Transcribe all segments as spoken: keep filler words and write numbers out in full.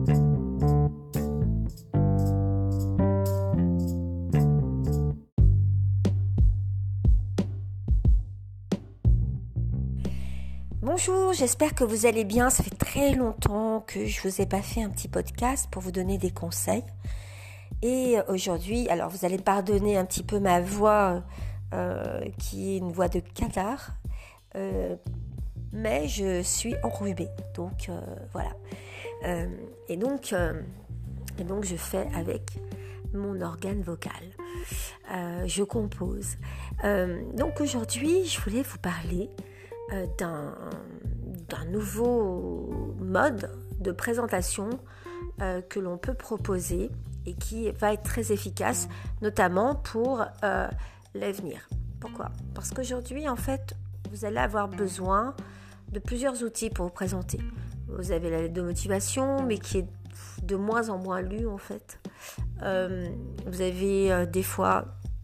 Bonjour, j'espère que vous allez bien. Ça fait très longtemps que je ne vous ai pas fait un petit podcast pour vous donner des conseils. Et aujourd'hui, alors vous allez pardonner un petit peu ma voix euh, qui est une voix de canard, euh, mais je suis enrhumée. Donc euh, voilà. Euh, et, donc, euh, et donc je fais avec mon organe vocal. Euh, je compose. Euh, donc aujourd'hui, je voulais vous parler Euh, d'un, d'un nouveau mode de présentation euh, que l'on peut proposer et qui va être très efficace, notamment pour euh, l'avenir. Pourquoi ? Parce qu'aujourd'hui, en fait, vous allez avoir besoin de plusieurs outils pour vous présenter. Vous avez la lettre de motivation, mais qui est de moins en moins lue, en fait. Euh, vous avez euh, des fois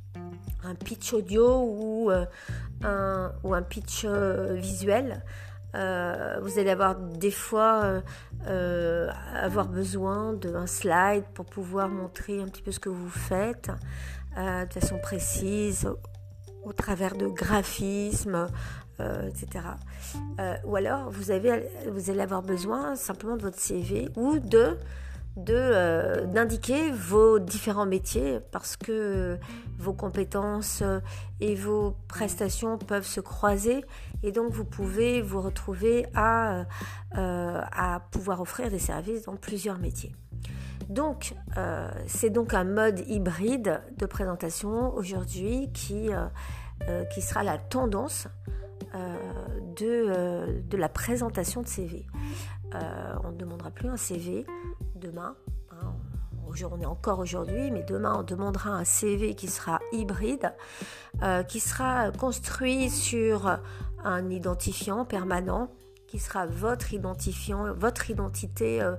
un pitch audio ou, euh, un, ou un pitch euh, visuel. Euh, vous allez avoir des fois euh, euh, avoir besoin d'un slide pour pouvoir montrer un petit peu ce que vous faites euh, de façon précise, au, au travers de graphismes, euh, et cetera. Euh, ou alors, vous, avez, vous allez avoir besoin simplement de votre C V ou de De, euh, d'indiquer vos différents métiers parce que vos compétences et vos prestations peuvent se croiser et donc vous pouvez vous retrouver à, euh, à pouvoir offrir des services dans plusieurs métiers. Donc, euh, c'est donc un mode hybride de présentation aujourd'hui qui, euh, euh, qui sera la tendance euh, de, euh, de la présentation de C V. Euh, on ne demandera plus un C V demain, hein, on est encore aujourd'hui, mais demain on demandera un C V qui sera hybride, euh, qui sera construit sur un identifiant permanent, qui sera votre identifiant, votre identité euh,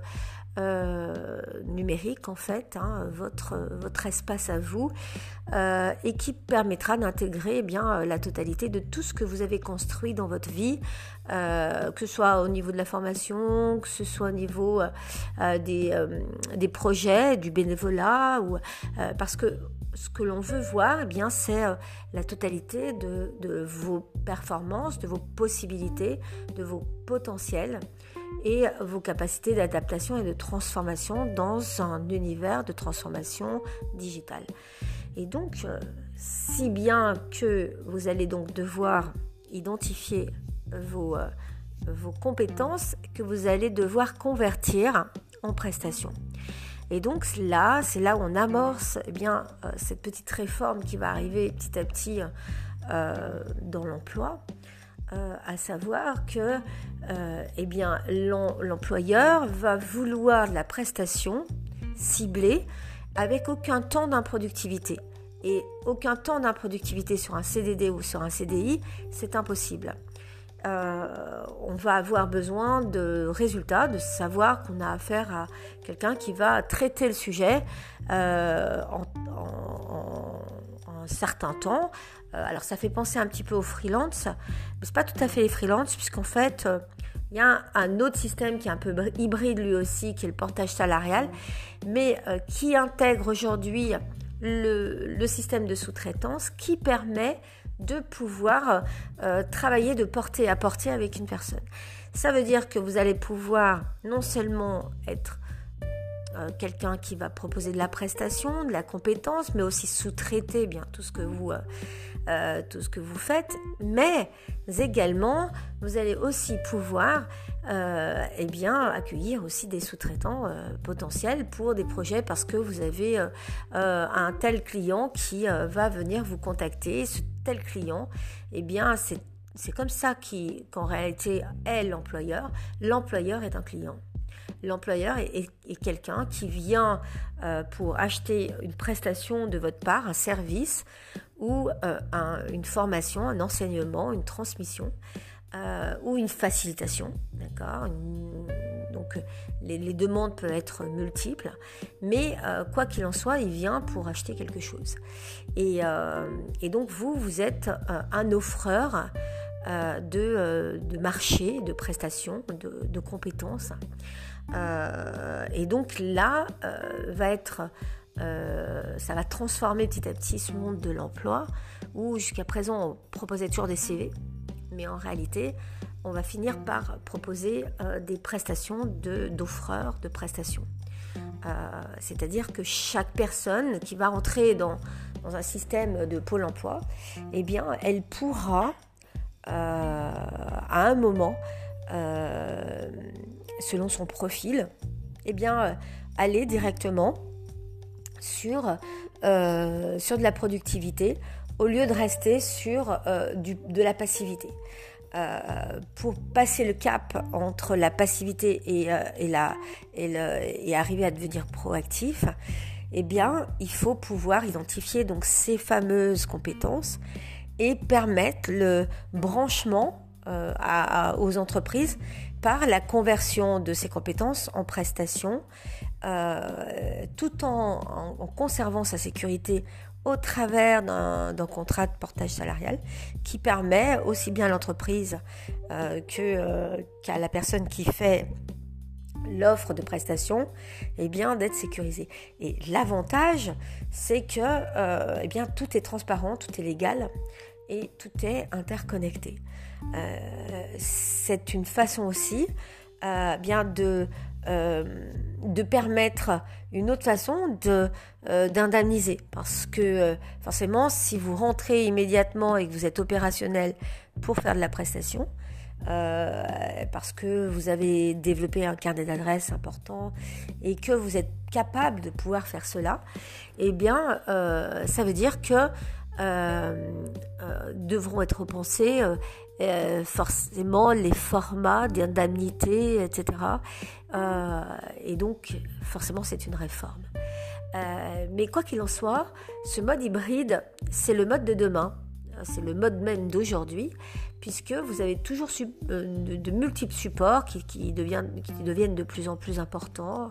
euh, numérique en fait, hein, votre, votre espace à vous, euh, et qui permettra d'intégrer eh bien la totalité de tout ce que vous avez construit dans votre vie, euh, que ce soit au niveau de la formation, que ce soit au niveau euh, des, euh, des projets, du bénévolat, ou, euh, parce que ce que l'on veut voir, eh bien, c'est euh, la totalité de, de vos performances, de vos possibilités, de vos potentiels et vos capacités d'adaptation et de transformation dans un univers de transformation digitale. Et donc, euh, si bien que vous allez donc devoir identifier vos, euh, vos compétences que vous allez devoir convertir en prestations. Et donc là, c'est là où on amorce eh bien, euh, cette petite réforme qui va arriver petit à petit euh, dans l'emploi, euh, à savoir que euh, eh bien, l'em- l'employeur va vouloir de la prestation ciblée avec aucun temps d'improductivité. Et aucun temps d'improductivité sur un C D D ou sur un C D I, c'est impossible. Euh, on va avoir besoin de résultats, de savoir qu'on a affaire à quelqu'un qui va traiter le sujet euh, en, en, en, en un certain temps. Euh, alors ça fait penser un petit peu aux freelance, mais c'est pas tout à fait les freelance, puisqu'en fait euh, il y a un, un autre système qui est un peu hybride lui aussi, qui est le portage salarial, mais euh, qui intègre aujourd'hui le, le système de sous-traitance qui permet de pouvoir euh, travailler de portée à portée avec une personne. Ça veut dire que vous allez pouvoir non seulement être euh, quelqu'un qui va proposer de la prestation, de la compétence, mais aussi sous-traiter bien tout ce que vous, euh, euh, tout ce que vous faites, mais également vous allez aussi pouvoir euh, eh bien, accueillir aussi des sous-traitants euh, potentiels pour des projets parce que vous avez euh, euh, un tel client qui euh, va venir vous contacter. Ce tel client, eh bien, c'est, c'est comme ça qui, qu'en réalité est l'employeur. L'employeur est un client. L'employeur est, est, est quelqu'un qui vient euh, pour acheter une prestation de votre part, un service ou euh, un, une formation, un enseignement, une transmission euh, ou une facilitation. D'accord ? Une, donc les, les demandes peuvent être multiples, mais euh, quoi qu'il en soit, il vient pour acheter quelque chose. Et, euh, et donc vous, vous êtes euh, un offreur euh, de, euh, de marché, de prestations, de, de compétences. Euh, et donc là, euh, va être, euh, ça va transformer petit à petit ce monde de l'emploi où jusqu'à présent on proposait toujours des C V, mais en réalité on va finir par proposer euh, des prestations de, d'offreurs de prestations. Euh, c'est-à-dire que chaque personne qui va rentrer dans, dans un système de Pôle emploi, eh bien, elle pourra, euh, à un moment, euh, selon son profil, eh bien, euh, aller directement sur, euh, sur de la productivité au lieu de rester sur euh, du, de la passivité. Euh, pour passer le cap entre la passivité et, euh, et, la, et, le, et arriver à devenir proactif, eh bien, il faut pouvoir identifier donc ces fameuses compétences et permettre le branchement euh, à, à, aux entreprises par la conversion de ces compétences en prestations, euh, tout en, en, en conservant sa sécurité au travers d'un, d'un contrat de portage salarial qui permet aussi bien à l'entreprise euh, que, euh, qu'à la personne qui fait l'offre de prestation, eh bien, d'être sécurisée. Et l'avantage, c'est que euh, eh bien, tout est transparent, tout est légal et tout est interconnecté. Euh, c'est une façon aussi euh, bien de Euh, de permettre une autre façon de, euh, d'indemniser. Parce que euh, forcément, si vous rentrez immédiatement et que vous êtes opérationnel pour faire de la prestation, euh, parce que vous avez développé un carnet d'adresses important et que vous êtes capable de pouvoir faire cela, eh bien, euh, ça veut dire que euh, euh, devront être repensés euh, euh, forcément les formats d'indemnité, et cetera. Euh, et donc, forcément, c'est une réforme. Euh, mais quoi qu'il en soit, ce mode hybride, c'est le mode de demain. C'est le mode même d'aujourd'hui, puisque vous avez toujours su- de, de multiples supports qui, qui, deviennent, qui deviennent de plus en plus importants.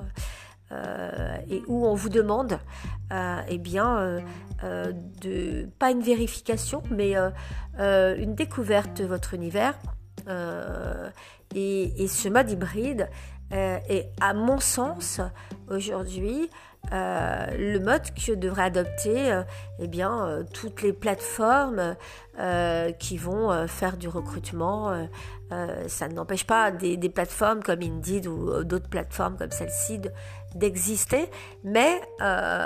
Euh, et où on vous demande euh, eh bien, euh, euh, de, pas une vérification, mais euh, euh, une découverte de votre univers. Euh, et, et ce mode hybride euh, est, à mon sens, aujourd'hui, euh, le mode que devraient adopter euh, eh bien, euh, toutes les plateformes euh, qui vont euh, faire du recrutement. Euh, euh, ça n'empêche pas des, des plateformes comme Indeed ou euh, d'autres plateformes comme celle-ci de, d'exister, mais, euh,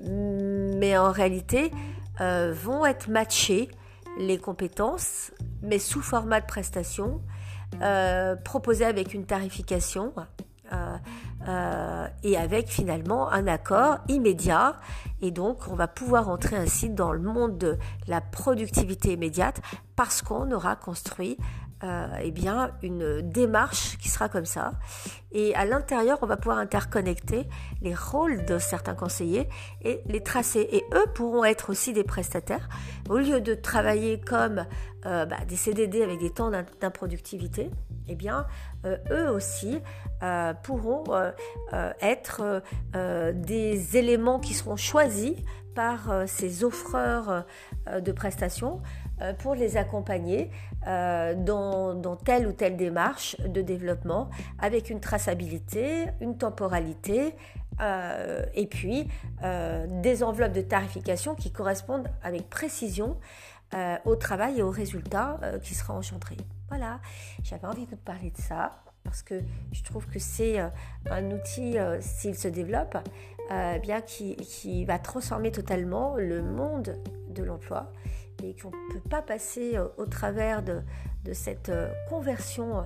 mais en réalité euh, vont être matchées les compétences, mais sous format de prestation, euh, proposées avec une tarification euh, euh, et avec finalement un accord immédiat. Et donc on va pouvoir entrer ainsi dans le monde de la productivité immédiate parce qu'on aura construit Euh, eh bien, une démarche qui sera comme ça. Et à l'intérieur, on va pouvoir interconnecter les rôles de certains conseillers et les tracer. Et eux pourront être aussi des prestataires. Au lieu de travailler comme euh, bah, des C D D avec des temps d'improductivité, eh bien, euh, eux aussi euh, pourront euh, euh, être euh, des éléments qui seront choisis par euh, ces offreurs euh, de prestations euh, pour les accompagner euh, dans, dans telle ou telle démarche de développement avec une traçabilité, une temporalité euh, et puis euh, des enveloppes de tarification qui correspondent avec précision euh, au travail et aux résultats euh, qui sera engendré. Voilà, j'avais envie de vous parler de ça parce que je trouve que c'est euh, un outil, euh, s'il se développe, euh, bien qui, qui va transformer totalement le monde de l'emploi et qu'on ne peut pas passer euh, au travers de, de cette euh, conversion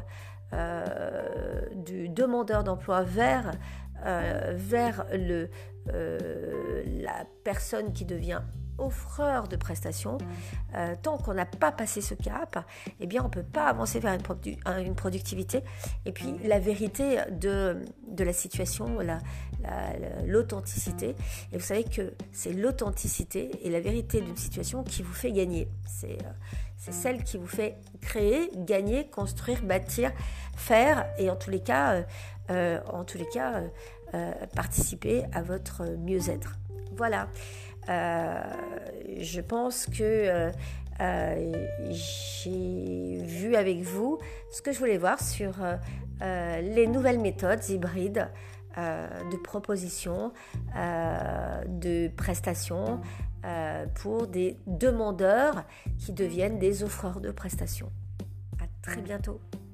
euh, du demandeur d'emploi vers, euh, vers le, euh, la personne qui devient offreur de prestations. Euh, tant qu'on n'a pas passé ce cap, eh bien on ne peut pas avancer vers une, produ- une productivité. Et puis la vérité de, de la situation, la, la, l'authenticité. Et vous savez que c'est l'authenticité et la vérité d'une situation qui vous fait gagner. C'est, euh, c'est celle qui vous fait créer, gagner, construire, bâtir, faire et en tous les cas, euh, euh, en tous les cas euh, euh, participer à votre mieux-être. Voilà. Euh, je pense que euh, euh, j'ai vu avec vous ce que je voulais voir sur euh, euh, les nouvelles méthodes hybrides euh, de proposition, euh, de prestations euh, pour des demandeurs qui deviennent des offreurs de prestations. À très bientôt.